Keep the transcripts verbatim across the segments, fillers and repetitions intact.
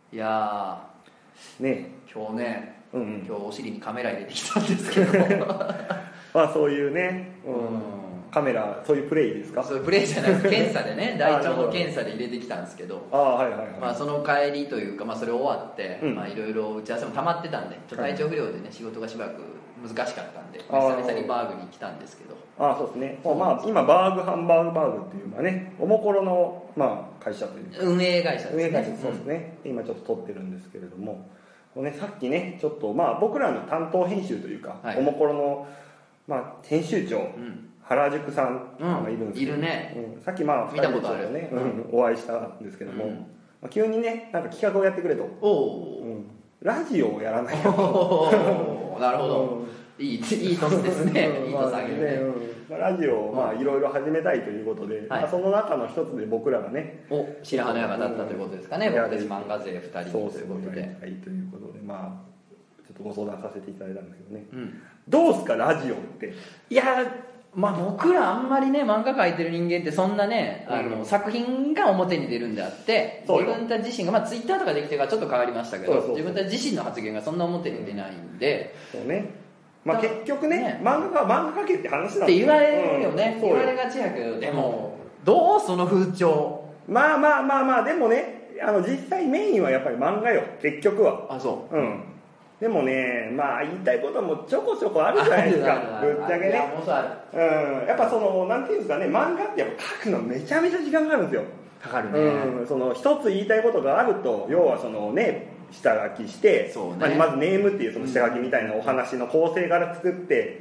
いやーね今日ね、うんうん、今日お尻にカメラ入れてきたんですけどまあそういうね、うん、カメラそういうプレイですか？ そういうプレイじゃないです検査でね大腸の検査で入れてきたんですけどあ、はいはいはい、 まあ、その帰りというか、まあ、それ終わっていろいろ打ち合わせも溜まってたんでちょっと体調不良でね仕事がしばらく難しかったんで久々にバーグに来たんですけどああそうですね、まあ、今バーグハンバーグバーグっていうのはねおもころの、まあ、会社というか運営会社ですね、 運営会社そうですね、うん、今ちょっと撮ってるんですけれどもこう、ね、さっきねちょっと、まあ、僕らの担当編集というか、はい、おもころの、まあ、編集長、うん原宿さんがいるんですけど、 うん、いるね、 うん、さっきまあふたりでね、うん、お会いしたんですけども、うんまあ、急にねなんか企画をやってくれとお、うん、ラジオをやらないとなるほど、うん、いいいい年ですねいい年あげるね、 うんまあ、ラジオをまあいろいろ始めたいということで、うんまあ、その中の一つで僕らがねお白羽の矢が立ったということですかね、うん、僕たち漫画勢ふたりということでそうそうやりたいということでまあちょっとご相談させていただいたんですけどね、うん、どうすかラジオっていやまあ、僕らあんまりね漫画描いてる人間ってそんなね、うん、あの作品が表に出るんであって自分たち自身が、まあ、ツイッターとかできてからちょっと変わりましたけどそうそうそう自分たち自身の発言がそんな表に出ないんで、 そうねまあ、結局ねね漫画家漫画描けって話なんですよって言われるよね、うん、言われがちやけどでもどうその風潮まあまあまあまあでもねあの実際メインはやっぱり漫画よ結局はあそううんでもねまあ言いたいこともちょこちょこあるじゃないですかぶっちゃけねうんやっぱそのなんていうんですかね漫画ってやっぱ描くのめちゃめちゃ時間があるんですよかかるね、 うん、その一つ言いたいことがあると要はそのね下書きして、ねまあ、まずネームっていうその下書きみたいなお話の構成から作って、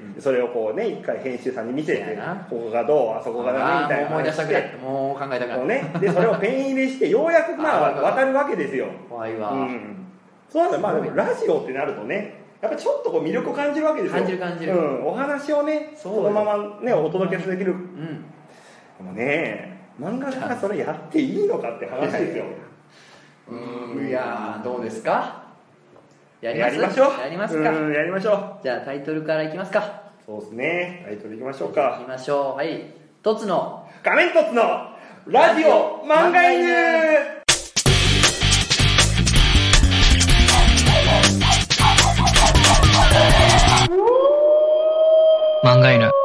うん、それをこうね一回編集さんに見せてここがどうあそこがダメみたいな思い出したくなってもう考えたくなって、 ね、でそれをペン入れしてようやくまあ分かるわけですよ怖いわ、 うんそうなんだ、まあ、でもラジオってなるとねやっぱちょっとこう魅力を感じるわけですよ感じる感じる、 うん、お話をね そ, そのままねお届けできる、うん、でもね漫画家がそれやっていいのかって話ですようんいやどうですかやりますやりましょうやりますかうんやりましょうじゃあタイトルからいきますかそうですねタイトルいきましょうかいきましょうはいとつの画面とつのラジオ漫画犬漫画犬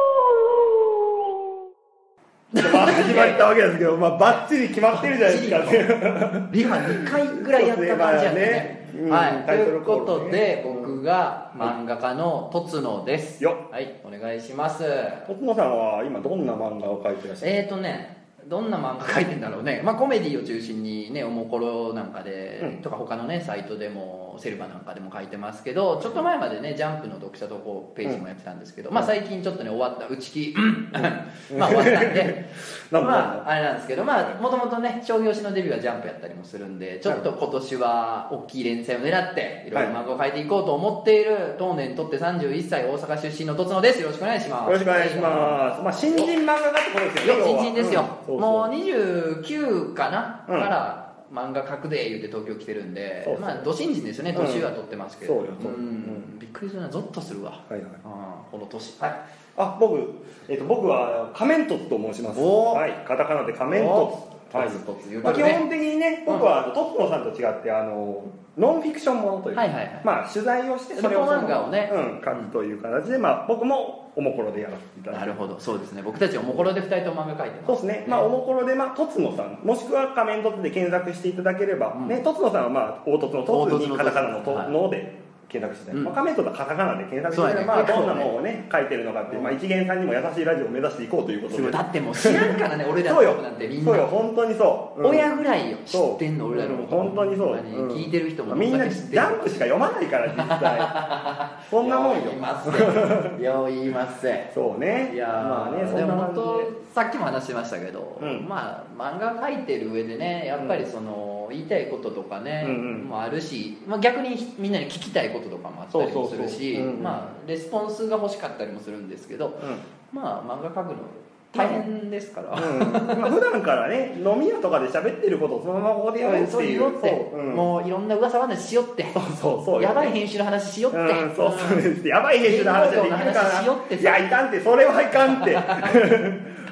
まあ始まったわけですけど、まあ、バッチリ決まってるじゃないですかねリハにかいぐらいやった感じやね、うん、はい、ということで僕が漫画家のとつのですよはいお願いしますとつのさんは今どんな漫画を描いてらっしゃるえーとねどんな漫画描いてんだろうね、まあ、コメディを中心にねおもころなんかで、うん、とか他のねサイトでもセルバなんかでも書いてますけどちょっと前までねジャンプの読者投稿ページもやってたんですけど、うん、まあ最近ちょっとね終わった打ち切りまあ終わったんでまああれなんですけどまあもともとね商業誌のデビューはジャンプやったりもするんでちょっと今年は大きい連載を狙っていろいろ漫画を描いていこうと思っている当年とってさんじゅういっさい大阪出身のとつのですよろしくお願いしますよろしくお願いします、まあ、新人漫画家ってことですよね新人ですよ、うん、そうそうもうにじゅうきゅうかな、うん、から漫画描くで言って東京来てるんでそうそうまあど新人ですよね年は取ってますけど、うん、そうよそう、うん、びっくりするなゾッとするわはいはいあこの年はいあ僕、えー、と僕は仮面凸と申しますはいカタカナで仮面凸はいまあ、基本的にね僕はトップのさんと違ってあのノンフィクションものというか、はいはいはい、まあ取材をしてそれを漫画をね、 うん、書くという形で、まあ、僕もおもころでやらせていただいてなるほどそうですね僕たちおもころでふたりとも漫画描いてます、ね、 そうですね、まあ、おもころで、まあ、とつのさんもしくは仮面とつで検索していただければ、うんね、とつのさんは、まあ、凹凸のとつにカタカナのとので検索して、うんまあ、仮面とつはカタカナで検索して、ねまあ、どんなものをね書いてるのかって、うんまあ、一元さんにも優しいラジオを目指していこうということでだってもう知らんからね俺らのことなんてみんなそうよ本当にそう、 うん、親ぐらいよ知ってんの俺らのこと、 うん、本当にそう、うん、 聞いてる人もみんなジャンプしか読まないから実際そんなもんよよう言いますせよう言いますせそうねいやまあねそんな感じでさっきも話しましたけど、うん、まあ漫画描いてる上でねやっぱりその、うん、言いたいこととかね、うんうん、もあるし、まあ、逆にみんなに聞きたいこととかもあったりもするしまあレスポンスが欲しかったりもするんですけど、うん、まあ漫画描くの大変ですから、うんまあ、普段からね飲み屋とかで喋ってることをそのままここでやるっていうそうって、うん、もういろんな噂話しよってそうそうそう、ね、 やばい編集の話しよって、 うん、そうそうですやばい編集の話はできるからいやいかんってそれはいかんって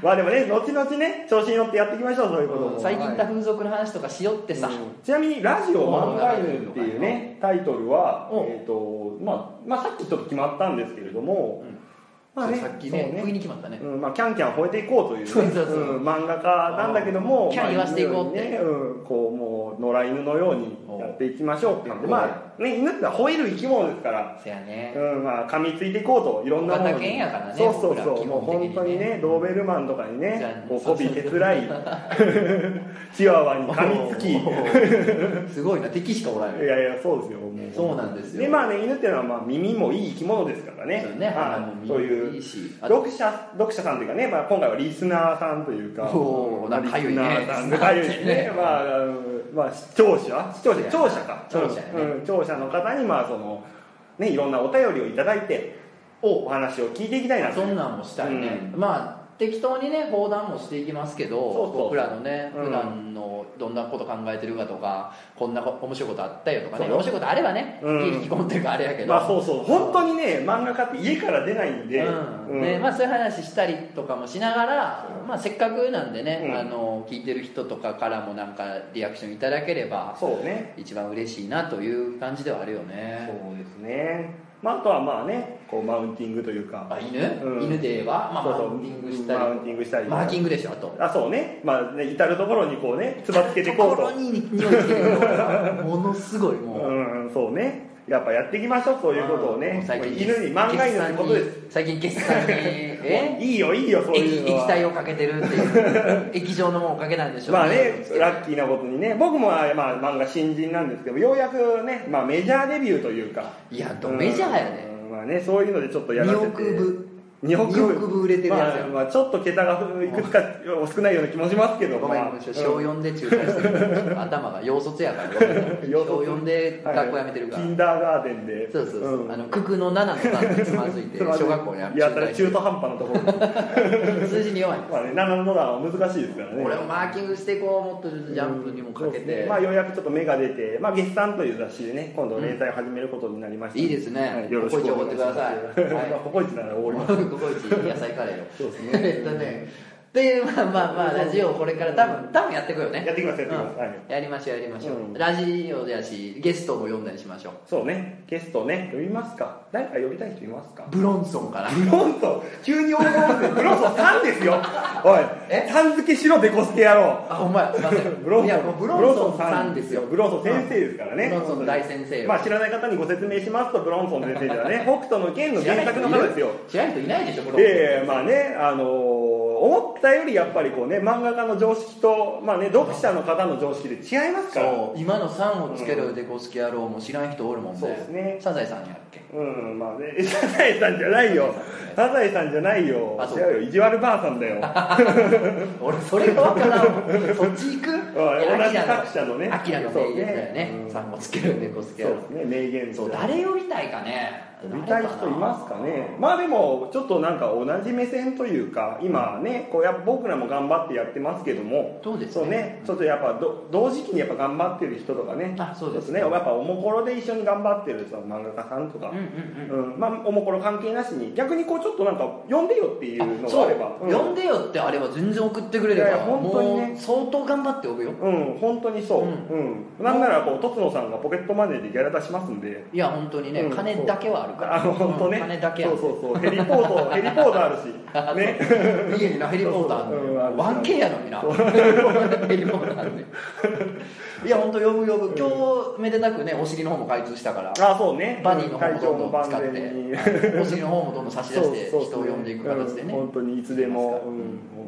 まあでもね後々ね調子に乗ってやっていきましょうそういうことも、 うん、最近行った風俗の話とかしよってさ、 うん、ちなみに「ラジオ漫画犬」っていうねタイトルは、えーとまあ、まあさっきちょっと決まったんですけれども、うんまあね、さっきね不意に決まったね、 うんまあ、キャンキャン吠えていこうという、ねそうそうそう、うん、漫画家なんだけどもキャン言わせていこうって、 ねうん、こうもう野良犬のようにやっていきましょうっていうので、まあね、犬ってのは吠える生き物ですからそやね、 うんまあ、噛みついていこうといろんなものに小型犬やからねそうそうそう、ね、もう本当にねドーベルマンとかにねこう媚びへつらいチワワに噛みつきすごいな敵しかおらんよいやいやそうですよもうそうなんですよでまあね犬っていうのはまあ耳もいい生き物ですからねそうね、 あそういう読者読者さんというかね、まあ、今回はリスナーさんというかおなんかかゆいねリスナーさんでかゆいですねまあ、まあ、視聴者視聴者聴者か聴者、ねうん、聴者の方にまあそのねいろんなお便りをいただいてお話を聞いていきたいなとそんなんもしたいね、うん、まあ適当にね放談もしていきますけどそうそう僕らのね普段のどんなこと考えてるかとか、うん、こんな面白いことあったよとかね面白いことあればね、うん、引き込んでるからあれやけどまあそうそう本当にね漫画家って家から出ないんで、 うんうんねまあ、そういう話したりとかもしながら、まあ、せっかくなんでね、うん、あの聞いてる人とかからもなんかリアクションいただければそうね一番嬉しいなという感じではあるよねそうですねまあ、あとはまあねこうマウンティングというかあ犬、うん、犬では、まあ、マウンティングしたりマウンティングしたりマーキングでしょあとあそうねまあね至る所にこうねつばつけてこうとところに匂いつけるものすごいもううんそうねやっぱやっていきましょうそういうことをね犬に漫画犬ってことです最近決算にえいいよいいよそういうのは液体をかけてるっていう液状のものをかけたんでしょうねまあねラッキーなことにね僕もまあ漫画新人なんですけどようやくね、まあ、メジャーデビューというかいやとメジャーやねまあね、そういうのでちょっとやらせてにおくぶにおくぶ売れてるやつや、 まあまあ、ちょっと桁がいくつか少ないような気もしますけどごめん、 まあ、 小よんで中退してる頭が幼卒やから小よんで学校辞めてるから、 はい、キンダーガーデンでそうそうそう、うん、あの九九のななのさんでつまずいて小学校にやったら中途半端なところ数字に弱いまあねななの段は難しいですからね俺もマーキングしていこうもっとジャンプにもかけて、 うんねまあ、ようやくちょっと芽が出て、まあ、月産という雑誌でね今度連載を始めることになりました、 うん、いいですね、はい、よろしくお願いしますココイチなら終わりますココイチ野菜カレーよそうですねえっとねでまあまあまあラジオをこれから多分多分やっていくよねやっていきますやっていきます、 うんはい、やりましょうやりましょう、うん、ラジオやしゲストも呼んだりしましょうそうねゲストね呼びますか誰か呼びたい人いますかブロンソンかなブロンソン急に大声でブロンソンさんですよおいえさん付けしろデコスケ野郎あほんまやすいませんブロンソンいやもうブロンソンさんですよブロンソン先生ですからね、 うん、ブロンソン大先生まあ知らない方にご説明しますとブロンソン先生ではね北斗の拳の原作の方ですよ知らない人いないでしょブロンソンええまあねあのー思ったよりやっぱりこうね漫画家の常識と、まあね、読者の方の常識で違いますからそう今のさんをつけるデコスケ野郎も知らん人おるもんねそうですねサザエさんやっけうんまあねサザエさんじゃないよサザエさんじゃないよ違うよ意地悪ばあさんだよ俺それが分からんそっち行く同じ作者のねアキラの名言だよねさんをつけるデコスケ野郎そうですね名言そう誰呼びたいかね呼びたい人いますかねまあでもちょっとなんか同じ目線というか今ねこうやっぱ僕らも頑張ってやってますけどもそうですねそうねちょっとやっぱど同時期にやっぱ頑張ってる人とかねあそうですねやっぱおもころで一緒に頑張ってるその漫画家さんとかうんうんうん、 うん、まあおもころ関係なしに逆にこうちょっとなんか呼んでよっていうのがあればうん、呼んでよってあれば全然送ってくれれば本当に、ね、もう相当頑張って呼ぶようん本当にそう、うんうん、なんならこうとつのさんがポケットマネーでギャラ出しますんでいや本当にね、うん、金だけはあるからあの本当ね、 金だけそうそうそうヘリポートヘリポートあるしね家になヘリポートあるの、うん、ワンケンやのになヘリポートあるねいや本当呼ぶ呼ぶ今日めでたくねお尻の方も開通したからあそうねバディの方もどんどん使ってお尻の方もどんどん差し出して人を呼んでいく形でね本当にいつでも、うん、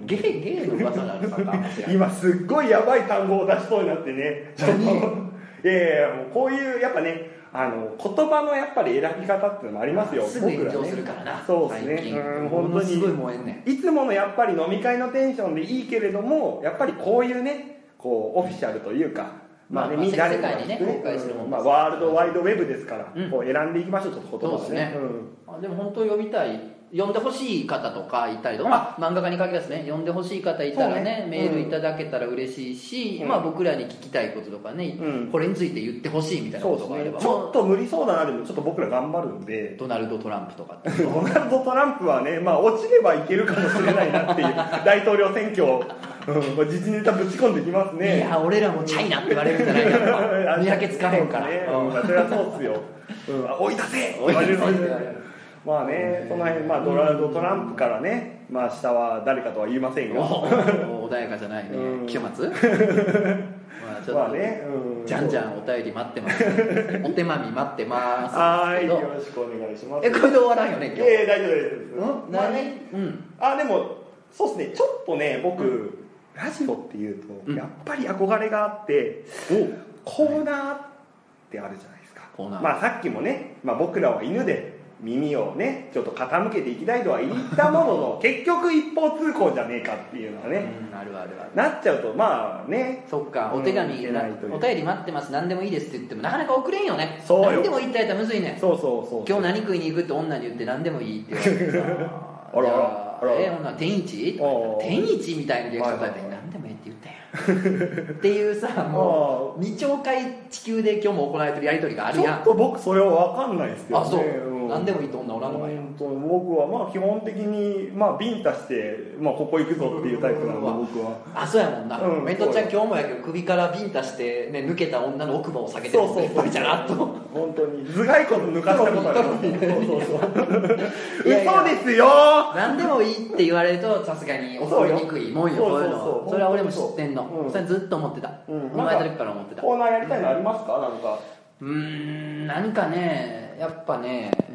ゲイゲイの噂なんですか今すっごいやばい単語を出しそうになってね何いやいやもうこういうやっぱねあの言葉のやっぱり選び方っていうのもありますよすぐ炎上するからな、 ね、そうですねうん本当にすごい燃えんねいつものやっぱり飲み会のテンションでいいけれどもやっぱりこういうねこうオフィシャルというかまあね、 まあ、 世界にね公開するもの、 まあ、ワールドワイドウェブですから、うん、こう選んでいきましょうと言葉をね、 そうですね、うん、あでも本当呼びたい読んでほしい方とかいたりとか、まあ、漫画家に限らずね読んでほしい方いたらね、ね、メールいただけたら嬉しいし、うん、まあ、僕らに聞きたいこととかね、うん、これについて言ってほしいみたいなことがあれば、 ね、ちょっと無理そうだなでもちょっと僕ら頑張るんでドナルド・トランプとかってドナルド・トランプはね、まあ、落ちればいけるかもしれないなっていう大統領選挙を、うん、実ネタぶち込んできますね。 いや俺らもチャイナって言われるんじゃないかと見分けつかへんから、 ね、うん、それはそうっすよ、うん、追い出せ追い出せまあね、その辺、まあ、ドナルド・トランプからね、まあ、下は誰かとは言いませんが穏やかじゃないね、うん、清松まあちょっと、まあね、うん、じゃんじゃんお便り待ってますお手まみ待ってますはいよろしくお願いします。 えこれで終わらんよね今日。 えー、大丈夫です、 うん、まあね、うん、 あでもそうですねちょっとね僕、うん、ラジオっていうと、うん、やっぱり憧れがあって、うん、コーナーってあるじゃないですか。コーナー、まあ、さっきもね、まあ、僕らは犬で耳をねちょっと傾けていきたいとは言ったものの結局一方通行じゃねえかっていうのはね、 うん、あるあるあるなっちゃうとまあねそっか、お手紙、うん、お便り待ってます何でもいいですって言ってもなかなか送れんよね。 そうよ何でも言ったやったらむずいね。 そうそうそう今日何食いに行くって女に言って何でもいいって言われてさあらあらえ女天一天一みたいなリアクションされて何でもいいって言ったやんっていうさもうにちょうかい地球で今日も行われてるやり取りがあるやん。 ちょっと僕それは分かんないですけどね。 あそう、うん、何でもいいと女おらんのかい。 僕はまあ基本的にまあビンタして、まあ、ここ行くぞっていうタイプなんで僕はあそうやもんな、うん、メトちゃん今日もやけど首からビンタして、ね、抜けた女の奥歯を下げてるのいっぱいじゃなっと本当に頭蓋骨抜かしたことあるそうそうそう嘘ですよ。 何でもいいって言われるとさすがに怒りにくいもんよ。そういうのそれは俺も知ってんの、うん、それずっと思ってた、うん、生まれた時から思ってた。 コーナーやりたいのありますか。なんかうーん何かねやっぱね、うん、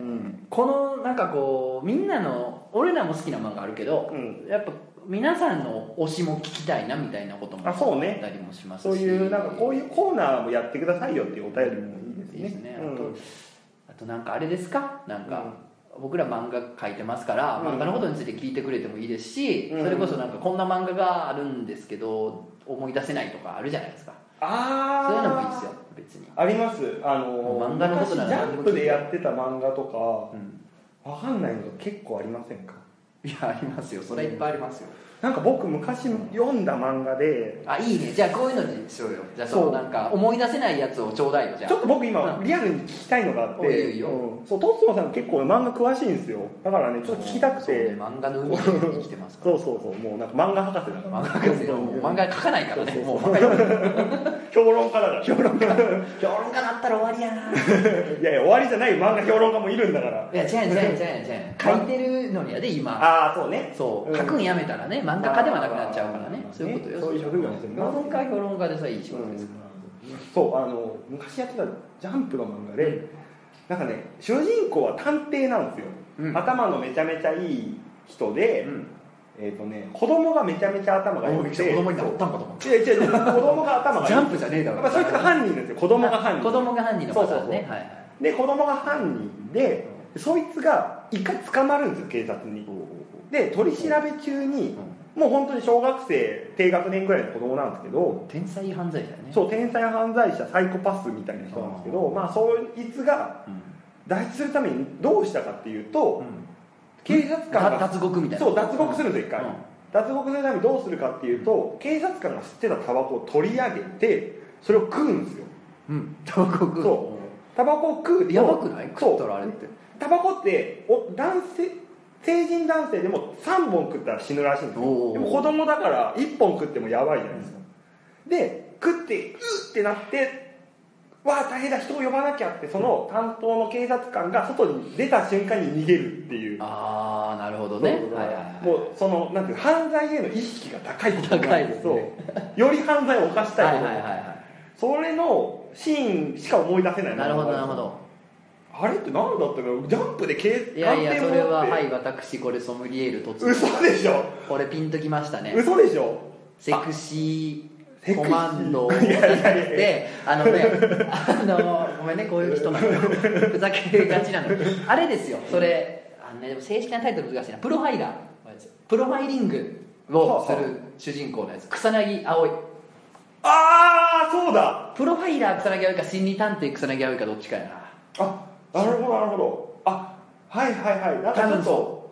このなんかこうみんなの俺らも好きな漫画あるけど、うん、やっぱ皆さんの推しも聞きたいなみたいなこともあったりもしますし、 そういうなんかこういうコーナーもやってくださいよっていうお便りもいいですね。いいですね、 うん、あとあとなんかあれですかなんか、うん、僕ら漫画描いてますから、うん、漫画のことについて聞いてくれてもいいですし、うん、それこそなんかこんな漫画があるんですけど思い出せないとかあるじゃないですか。 あそういうのもいいですよ別に。 あります。あの漫画のことならジャンプでやってた漫画とか、うん、分かんないのが結構ありませんか。 いやありますよそれいっぱいありますよ。 なんか僕昔読んだ漫画で、 あいいねじゃあこういうのにしようよ。じゃあそうなんか思い出せないやつをちょうだいよ。じゃあちょっと僕今リアルに聞きたいのがあって、 いいよ、 うん、そうトッツノさん結構漫画詳しいんですよ。だからねちょっと聞きたくて、 ね、漫画の海に生きてますからそうそうそうもうなんか漫画博士だから漫画博士もう漫画描かないからねもう評論家だから評論家評論家だったら終わりやな。 いやいや終わりじゃない漫画評論家もいるんだから。 いや違う違う違う違う書いてるのにやで今。 ああそうねそう、うん、書くんやめたらね漫画家ではなくなっちゃうからね。そういうことよ。 そういう職業もしてる。 評論家評論家でさいい仕事ですから、 うん、そうあの昔やってたジャンプの漫画で、うん、なんかね主人公は探偵なんですよ、うん、頭のめちゃめちゃいい人で、うん、えっ、ー、とね子供がめちゃめちゃ頭が良くて子供になったんかと思って。 違う違う子供が頭がいいジャンプじゃねえだろ。 やっぱそいつが犯人ですよ。子供が犯人。 子供が犯人のパターンね。 そうそうそう、はいはい、で子供が犯人でそいつが一回捕まるんですよ警察に。で取り調べ中に、もう本当に小学生低学年ぐらいの子供なんですけど天才犯罪者ね。 そう天才犯罪者サイコパスみたいな人なんですけど、まあそいつが脱出するためにどうしたかっていうと、うん、警察官が脱獄みたいな。 そう脱獄するんですよ一回、うん、脱獄するためにどうするかっていうと警察官が吸ってたタバコを取り上げてそれを食うんですよ。 うんタバコ食う。 そうタバコを食うとやばくない食ったらあれってタバコってお男性成人男性でもさんぼん食ったら死ぬらしいんですよ。でも子供だからいっぽん食ってもやばいじゃないですか、うん、で食ってうってなってわあ大変だ人を呼ばなきゃってその担当の警察官が外に出た瞬間に逃げるっていう。 ああなるほどね。はいはいはい、 もうそのなんていう犯罪への意識が高いこと高いですね。 より犯罪を犯したいこと、 はいはいはいはい、 それのシーンしか思い出せない。 なるほどなるほど。 あれって何だったかジャンプで警いやいやそれははい私これソムリエール突嘘でしょ。 これピンときましたね。 嘘でしょ。 セクシーコマンドであのねあのごめんねこういう人なのよふざけがちなのあれですよそれあの、ね、でも正式なタイトル難しいな。プロファイラープロファイリングをする主人公のやつ草薙葵。 ああそうだプロファイラー草薙葵か心理探偵草薙葵かどっちかやな。 あなるほどなるほど。あはいはいはいなんかちょっと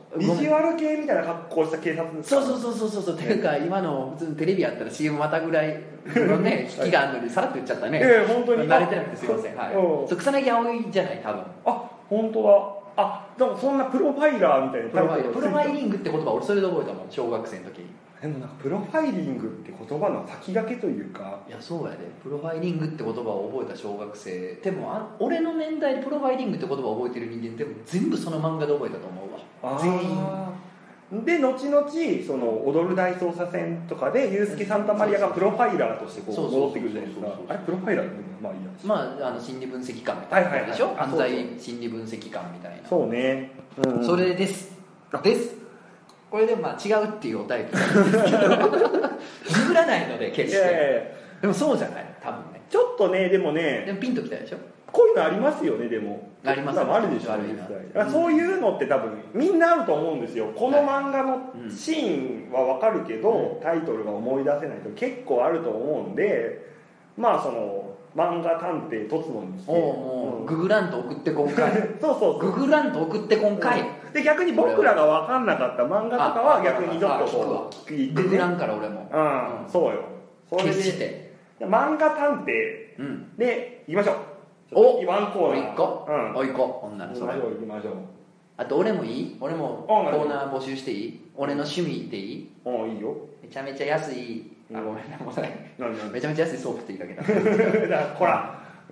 ビジュアル系みたいな格好した警察ですか？ そうそうそうそうそうっていうか今の普通にテレビやったら シーエム またぐらいのね引きがあるのにさらっと言っちゃったね。 ええ本当に慣れてなくてすいません。はい。 うん、 そう草薙葵じゃない多分。 あ本当だ。あでもそんなプロファイラーみたいなプロファイルプロファイリングって言葉俺それで覚えたもん小学生の時に。 でもなんかプロファイリングって言葉の先駆けというか、 いやそうやでプロファイリングって言葉を覚えた小学生でもあ俺の年代でプロファイリングって言葉を覚えてる人間でも全部その漫画で覚えたと思うわ全員で後々その踊る大捜査線とかでユースケ・サンタマリアがプロファイラーとしてこう戻ってくるじゃないですか。あれプロファイラーってまあいいやまああの心理分析官みたいなでしょ、犯罪心理分析官みたいなそうね、 うん、それですですこれでまあ違うっていうおタイプなんですけどググらないので決して、いやいやいやでもそうじゃない多分ねちょっとねでもねでもピンときたでしょこういうのありますよねでもありますあるでしょうね、うん、そういうのって多分みんなあると思うんですよ。この漫画のシーンは分かるけど、うん、タイトルが思い出せないと結構あると思うんでまあその漫画探偵とつのにしてもう、うん、ググらんと送って今回そうそうそうググらんと送って今回、 うん、で逆に僕らが分かんなかった漫画とかは逆にちょっとこう聞いて、ね、ググらんから俺もうん、うん、そうよそれで決して漫画探偵でいきましょう、 おワンコーナー行こう、うん、お行こうほんならそれ行きましょう。 あと俺もいい俺もコーナー募集していい俺の趣味でいいああいいよ。 めちゃめちゃ安いあごめんなもうめちゃめちゃ安いソープって言いかけたほら、 うん、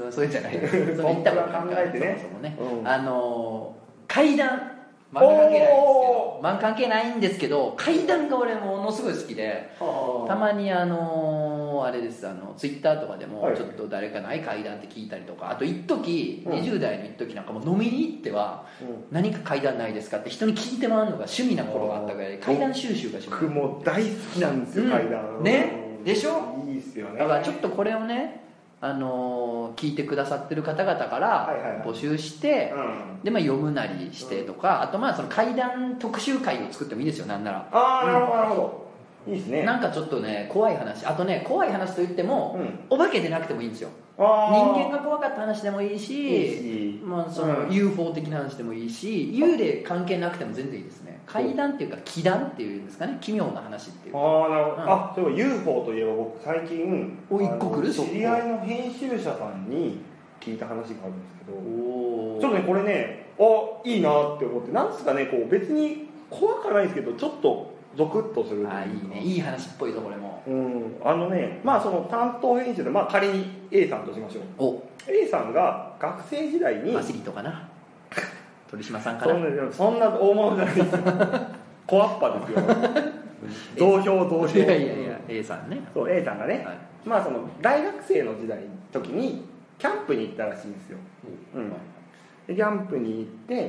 それじゃないそれ言ったこと考えてねそもそもね、うん、あの怪談漫画関係ないんですけど漫画関係ないんですけど怪談が俺ものすごい好きでたまにあのあれですあのツイッターとかでもちょっと誰かない怪談って聞いたりとかあと一時、うん、にじゅう代の一時なんかもう飲みに行っては、うん、何か怪談ないですかって人に聞いて回るのが趣味な頃があったぐらい怪談収集が趣味僕も大好きなんですよ、うん、怪談ねでしょいいっすよね。 だからちょっとこれをねあのー、聞いてくださってる方々から募集して、はいはいはい、でまあ、読むなりしてとか、うん、あとまあその怪談特集会を作ってもいいですよなんなら。 ああなるほどなるほど、いいですね。 なんかちょっとね怖い話あとね怖い話といっても、うん、お化けでなくてもいいんですよ。人間が怖かった話でもいいし、いいしまあ、その ユーフォー 的な話でもいいし、うん、幽霊関係なくても全然いいですね。怪談っていうか奇談っていうんですかね奇妙な話っていうか。 ああなるほど、うん、あそういえば ユーフォー といえば僕最近お一個来る知り合いの編集者さんに聞いた話があるんですけどおちょっとねこれねあいいなって思ってなんですかねこう別に怖くはないんですけどちょっとゾクッとするというか。 あいいねいい話っぽいぞこれも。 うんあのねまあその担当編集で、まあ、仮に A さんとしましょう。お A さんが学生時代にバシリとかな鳥島さんかなそんな大物じゃないですよ小アッパですよ同票同票いやいやいや A さんねそう A さんがね、はい、まあその大学生の時代の時にキャンプに行ったらしいんですよ、うん、でキャンプに行って、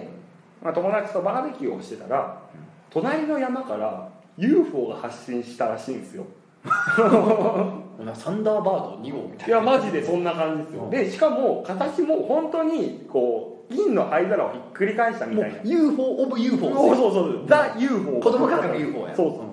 まあ、友達とバーベキューをしてたら隣の山から ユーフォー が発信したらしいんですよサンダーバードに号みたいな。 いやマジでそんな感じですよ、うん、でしかも形も本当にこう銀の灰皿をひっくり返したみたいなユーフォー オブ ユーフォーそうそうそうザ ユーフォー子供かかる ユーフォー やそうそう、うん、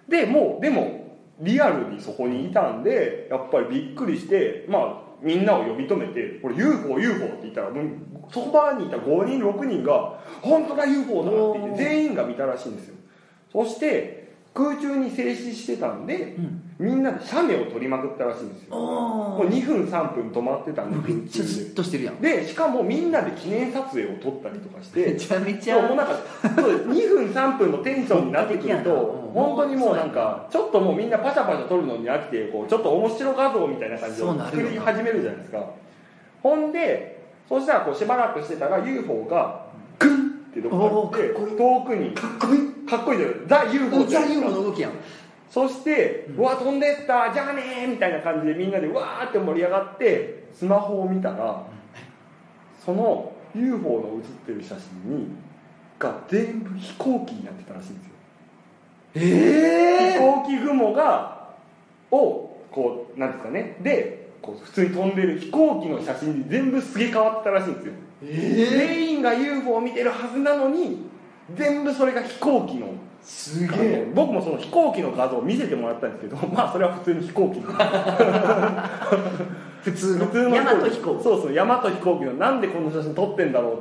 でもうでもリアルにそこにいたんでやっぱりびっくりしてまあみんなを呼び止めてこれ ユーフォー ユーフォー って言ったらもうそこ場にいたごにんろくにんが本当だ ユーフォー だって言って全員が見たらしいんですよ。そして空中に静止してたんで、うん、みんなで写メを撮りまくったらしいんですよ。もうにふんさんぷん止まってたんでめっちゃシュッとしてるやん。 でしかもみんなで記念撮影を撮ったりとかしてめちゃめちゃもうなんかそうにふんさんぷんのテンションになってくると本当にもうなんかちょっともうみんなパシャパシャ撮るのに飽きてこうちょっと面白画像みたいな感じを作り始めるじゃないですか。ほんでそしたらこうしばらくしてたら ユーフォー がグンってどこか行って遠くにかっこいいかっこいいじゃんザ ユーフォーザ ユーフォー の動きやん。 そして「うわ飛んでったじゃあね」みたいな感じでみんなでわーって盛り上がってスマホを見たらその ユーフォー の写ってる写真にが全部飛行機になってたらしいんですよ。ええー、飛行機雲がをこうなんですかねでこう普通に飛んでる飛行機の写真に全部すげ替わってたらしいんですよ。えー、全員が ユーフォー を見てるはずなのに全部それが飛行機のすげえ。 僕もその飛行機の画像を見せてもらったんですけどまあそれは普通に飛行機の普通の普通の大和飛行機そうそう大和飛行機のなんでこの写真撮ってんだろうっ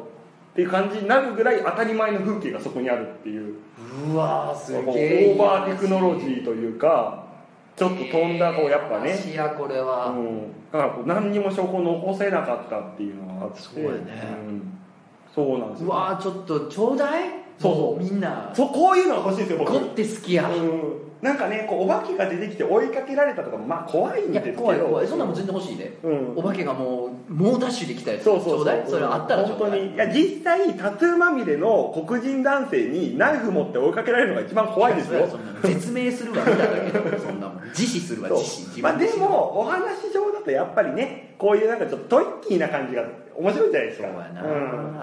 っていう感じになるぐらい当たり前の風景がそこにあるっていう、 うわーすげえオーバーテクノロジーというか、ちょっと飛んだこうやっぱね、 いやこれは、 うん、だからこう何にも証拠を残せなかったっていうのがあって、 そうやね、 うん、そうなんですよ。 うわーちょっとちょうだい、 そうそうみんなそう、こういうのが欲しいんですよ僕。 こって好きや、 うん、なんかねこうお化けが出てきて追いかけられたとかもまあ怖いんですけど、 いや怖い怖い、そんなもん全然欲しいで、うん、お化けがもう猛ダッシュできたやつ、 そうそうそう、 ちょうだい、それあったらちょうだい。 本当に、いや実際タトゥーまみれの黒人男性にナイフ持って追いかけられるのが一番怖いですよ。 そんな絶命するわ見ただけでそんなもん自死するわ自死。 まあでもお話上だとやっぱりねこういうなんかちょっとトリッキーな感じが面白いじゃないですか。 そうやな、 うん、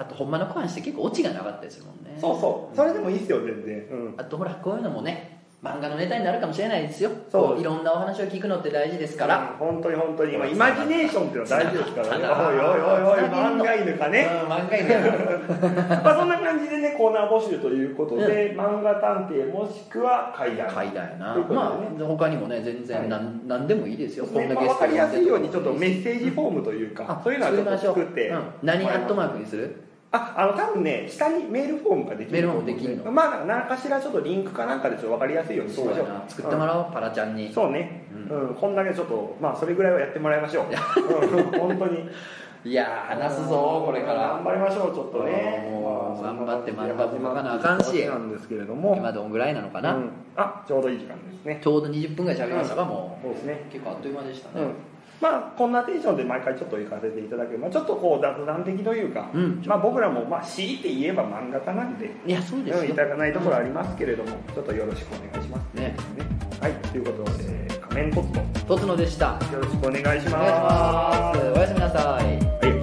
あとほんまの話って結構オチがなかったですもんね。 そうそう、それでもいいですよ全然、うん、 あとほらこういうのもね漫画のネタになるかもしれないですよ。そういろんなお話を聞くのって大事ですから、 うん、本当に本当に今イマジネーションっていうのは大事ですからね。おいおいおいおい漫画犬かね、 うん、漫画犬まあそんな感じでねコーナー募集ということで、うん、漫画探偵もしくは怪談怪談やな、ね、まあ他にもね全然何、はい、何でもいいですよ、 ね、こんなゲスト、まあ、分かりやすいようにちょっとメッセージフォームというか、うん、そういうのはちょっと作って、うん、 何アットマークにする？ あ、あの多分ね下にメールフォームができる。 メールフォームできるの。 まあ何かしらちょっとリンクかなんかでちょっと分かりやすいようにしましょう。 作ってもらおう、うん、パラちゃんに。そうね、 うん、うん、こんだけちょっとまあそれぐらいはやってもらいましょう。うん、本当に。 いやー話すぞこれから。 頑張りましょうちょっとね。 もう頑張って漫画も書かなあかんし。 なんですけれども。 今どんぐらいなのかな。うん、 あ、ちょうどいい時間ですね。 ちょうどにじゅっぷんぐらい喋りましたか、もう。 そうですね。 結構あっという間でしたね。うんまあこんなテンションで毎回ちょっと行かせていただければちょっとこう雑談的というか、うん、まあ僕らもまあ強いて言えば漫画家なんでいやそうですよ、 いただかないところありますけれども、ちょっとよろしくお願いしますね。はい、ということで、えー、仮面凸と凸野でした。 よろしくお願いします。 お願いします。おやすみなさい。 はい。